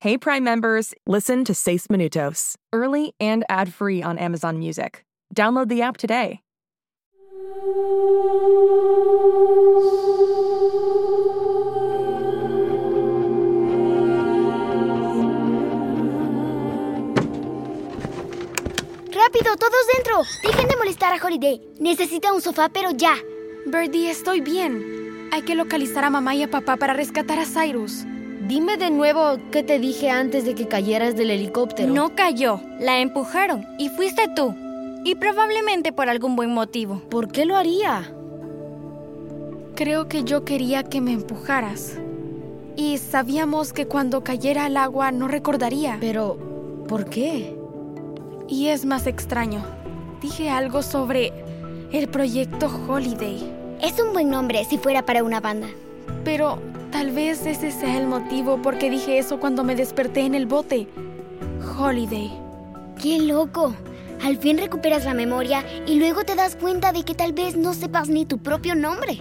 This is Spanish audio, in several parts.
Hey Prime members, listen to 6 Minutos, early and ad-free on Amazon Music. Download the app today. ¡Rápido, todos dentro! Dejen de molestar a Holiday. Necesita un sofá, pero ya. Birdie, estoy bien. Hay que localizar a mamá y a papá para rescatar a Cyrus. Dime de nuevo qué te dije antes de que cayeras del helicóptero. No cayó, la empujaron y fuiste tú. Y probablemente por algún buen motivo. ¿Por qué lo haría? Creo que yo quería que me empujaras. Y sabíamos que cuando cayera al agua no recordaría. Pero, ¿por qué? Y es más extraño. Dije algo sobre el proyecto Holiday. Es un buen nombre si fuera para una banda. Pero tal vez ese sea el motivo por qué dije eso cuando me desperté en el bote. Holiday. ¡Qué loco! Al fin recuperas la memoria y luego te das cuenta de que tal vez no sepas ni tu propio nombre.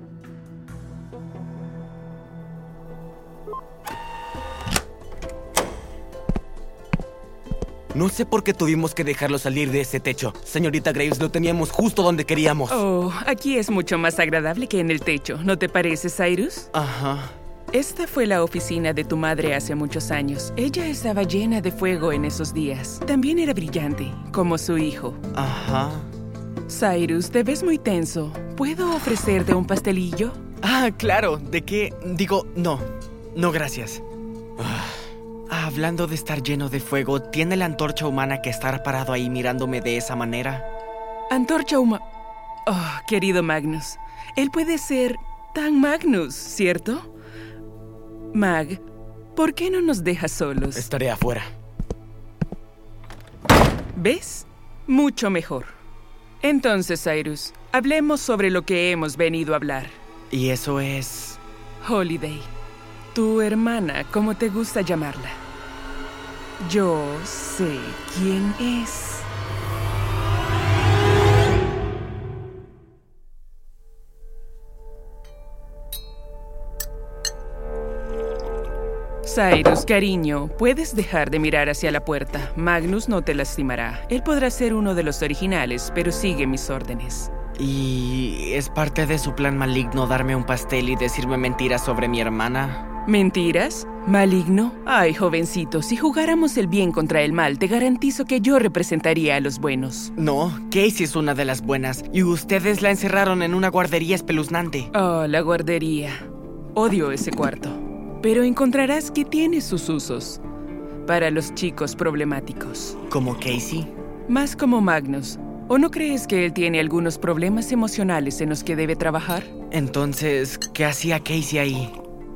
No sé por qué tuvimos que dejarlo salir de ese techo. Señorita Graves, lo teníamos justo donde queríamos. Oh, aquí es mucho más agradable que en el techo, ¿no te parece, Cyrus? Ajá. Esta fue la oficina de tu madre hace muchos años. Ella estaba llena de fuego en esos días. También era brillante, como su hijo. Ajá. Cyrus, te ves muy tenso. ¿Puedo ofrecerte un pastelillo? Ah, claro. ¿De qué? Digo, no. No, gracias. Hablando de estar lleno de fuego, ¿tiene la antorcha humana que estar parado ahí mirándome de esa manera? Antorcha humana. Oh, querido Magnus. Él puede ser tan Magnus, ¿cierto? Mag, ¿por qué no nos dejas solos? Estaré afuera. ¿Ves? Mucho mejor. Entonces, Cyrus, hablemos sobre lo que hemos venido a hablar. ¿Y eso es? Holiday. Tu hermana, como te gusta llamarla. Yo sé quién es. Cyrus, cariño, puedes dejar de mirar hacia la puerta. Magnus no te lastimará. Él podrá ser uno de los originales, pero sigue mis órdenes. ¿Y es parte de su plan maligno darme un pastel y decirme mentiras sobre mi hermana? ¿Mentiras? ¿Maligno? Ay, jovencito, si jugáramos el bien contra el mal, te garantizo que yo representaría a los buenos. No, Casey es una de las buenas, y ustedes la encerraron en una guardería espeluznante. Oh, la guardería. Odio ese cuarto. Pero encontrarás que tiene sus usos. Para los chicos problemáticos. ¿Como Casey? Más como Magnus. ¿O no crees que él tiene algunos problemas emocionales en los que debe trabajar? Entonces, ¿qué hacía Casey ahí?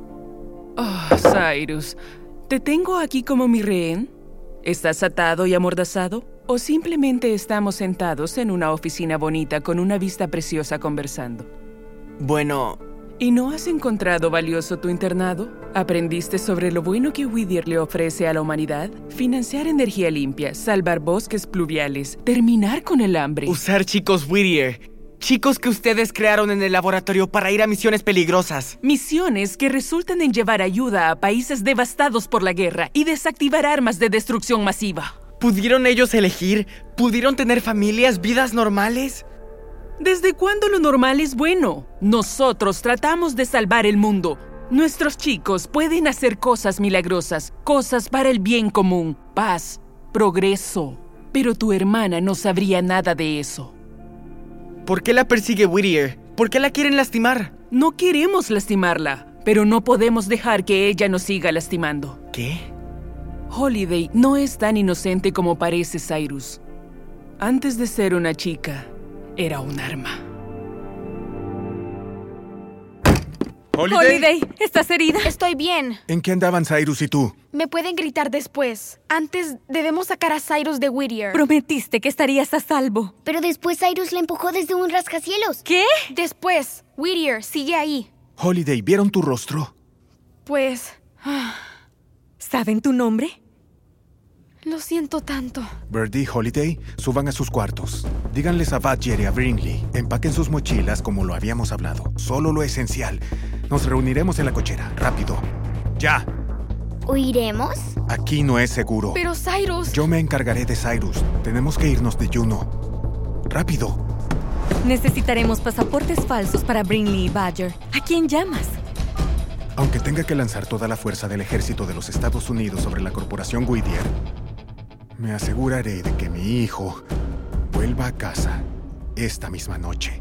Oh, Cyrus, ¿te tengo aquí como mi rehén? ¿Estás atado y amordazado? ¿O simplemente estamos sentados en una oficina bonita con una vista preciosa conversando? Bueno... ¿Y no has encontrado valioso tu internado? ¿Aprendiste sobre lo bueno que Whittier le ofrece a la humanidad? Financiar energía limpia, salvar bosques pluviales, terminar con el hambre. Usar chicos Whittier. Chicos que ustedes crearon en el laboratorio para ir a misiones peligrosas. Misiones que resultan en llevar ayuda a países devastados por la guerra y desactivar armas de destrucción masiva. ¿Pudieron ellos elegir? ¿Pudieron tener familias, vidas normales? ¿Desde cuándo lo normal es bueno? Nosotros tratamos de salvar el mundo. Nuestros chicos pueden hacer cosas milagrosas, cosas para el bien común, paz, progreso. Pero tu hermana no sabría nada de eso. ¿Por qué la persigue Whittier? ¿Por qué la quieren lastimar? No queremos lastimarla, pero no podemos dejar que ella nos siga lastimando. ¿Qué? Holiday no es tan inocente como parece, Cyrus. Antes de ser una chica, era un arma. Holiday, ¿estás herida? Estoy bien. ¿En qué andaban Cyrus y tú? Me pueden gritar después. Antes debemos sacar a Cyrus de Whittier. Prometiste que estarías a salvo. Pero después Cyrus la empujó desde un rascacielos. ¿Qué? Después, Whittier, sigue ahí. Holiday, ¿vieron tu rostro? Pues... ¿Saben tu nombre? Lo siento tanto. Birdie, Holiday, suban a sus cuartos. Díganles a Badger y a Brinley. Empaquen sus mochilas como lo habíamos hablado. Solo lo esencial. Nos reuniremos en la cochera. Rápido. ¡Ya! ¿Huiremos? Aquí no es seguro. Pero Cyrus... Yo me encargaré de Cyrus. Tenemos que irnos de Juno. ¡Rápido! Necesitaremos pasaportes falsos para Brinley y Badger. ¿A quién llamas? Aunque tenga que lanzar toda la fuerza del ejército de los Estados Unidos sobre la corporación Whittier, me aseguraré de que mi hijo vuelva a casa esta misma noche.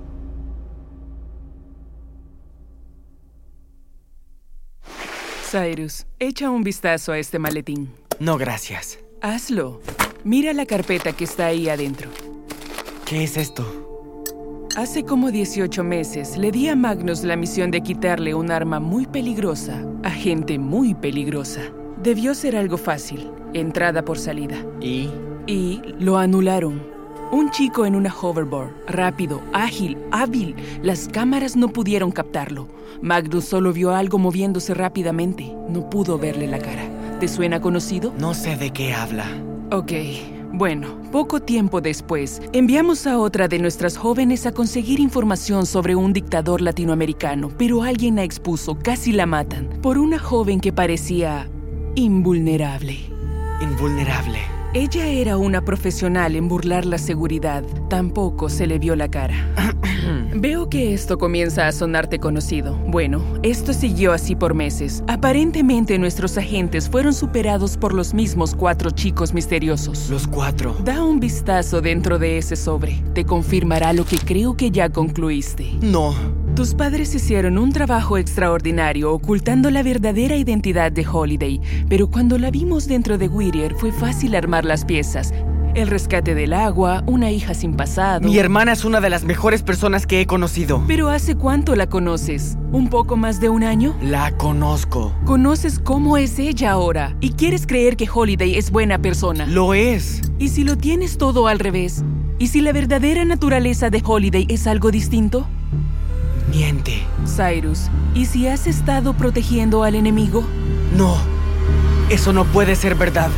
Cyrus, echa un vistazo a este maletín. No, gracias. Hazlo. Mira la carpeta que está ahí adentro. ¿Qué es esto? Hace como 18 meses le di a Magnus la misión de quitarle un arma muy peligrosa a gente muy peligrosa. Debió ser algo fácil, entrada por salida. ¿Y? Y lo anularon. Un chico en una hoverboard, rápido, ágil, hábil. Las cámaras no pudieron captarlo. Magnus solo vio algo moviéndose rápidamente. No pudo verle la cara. ¿Te suena conocido? No sé de qué habla. Ok. Bueno, poco tiempo después, enviamos a otra de nuestras jóvenes a conseguir información sobre un dictador latinoamericano, pero alguien la expuso, casi la matan, por una joven que parecía invulnerable. Invulnerable. Ella era una profesional en burlar la seguridad. Tampoco se le vio la cara. Veo que esto comienza a sonarte conocido. Bueno, esto siguió así por meses. Aparentemente nuestros agentes fueron superados por los mismos 4 chicos misteriosos. Los 4. Da un vistazo dentro de ese sobre. Te confirmará lo que creo que ya concluiste. No. Tus padres hicieron un trabajo extraordinario ocultando la verdadera identidad de Holiday, pero cuando la vimos dentro de Whittier fue fácil armar las piezas. El rescate del agua, una hija sin pasado... Mi hermana es una de las mejores personas que he conocido. ¿Pero hace cuánto la conoces? ¿Un poco más de un año? La conozco. ¿Conoces cómo es ella ahora? ¿Y quieres creer que Holiday es buena persona? Lo es. ¿Y si lo tienes todo al revés? ¿Y si la verdadera naturaleza de Holiday es algo distinto? Miente. Cyrus, ¿y si has estado protegiendo al enemigo? No. Eso no puede ser verdad.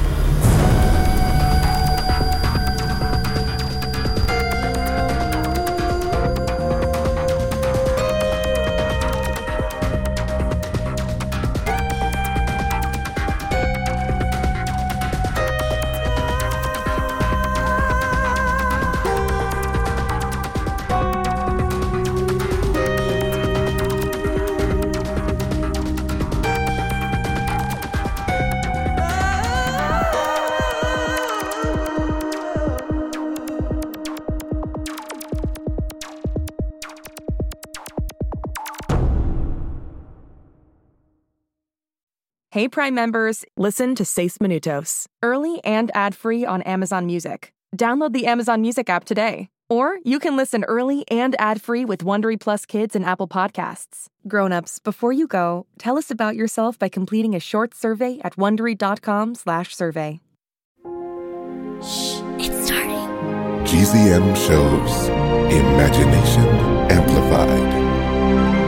Hey, Prime members, listen to 6 Minutos, early and ad-free on Amazon Music. Download the Amazon Music app today. Or you can listen early and ad-free with Wondery Plus Kids and Apple Podcasts. Grown-ups, before you go, tell us about yourself by completing a short survey at Wondery.com/survey. Shh, it's starting. GZM shows Imagination Amplified.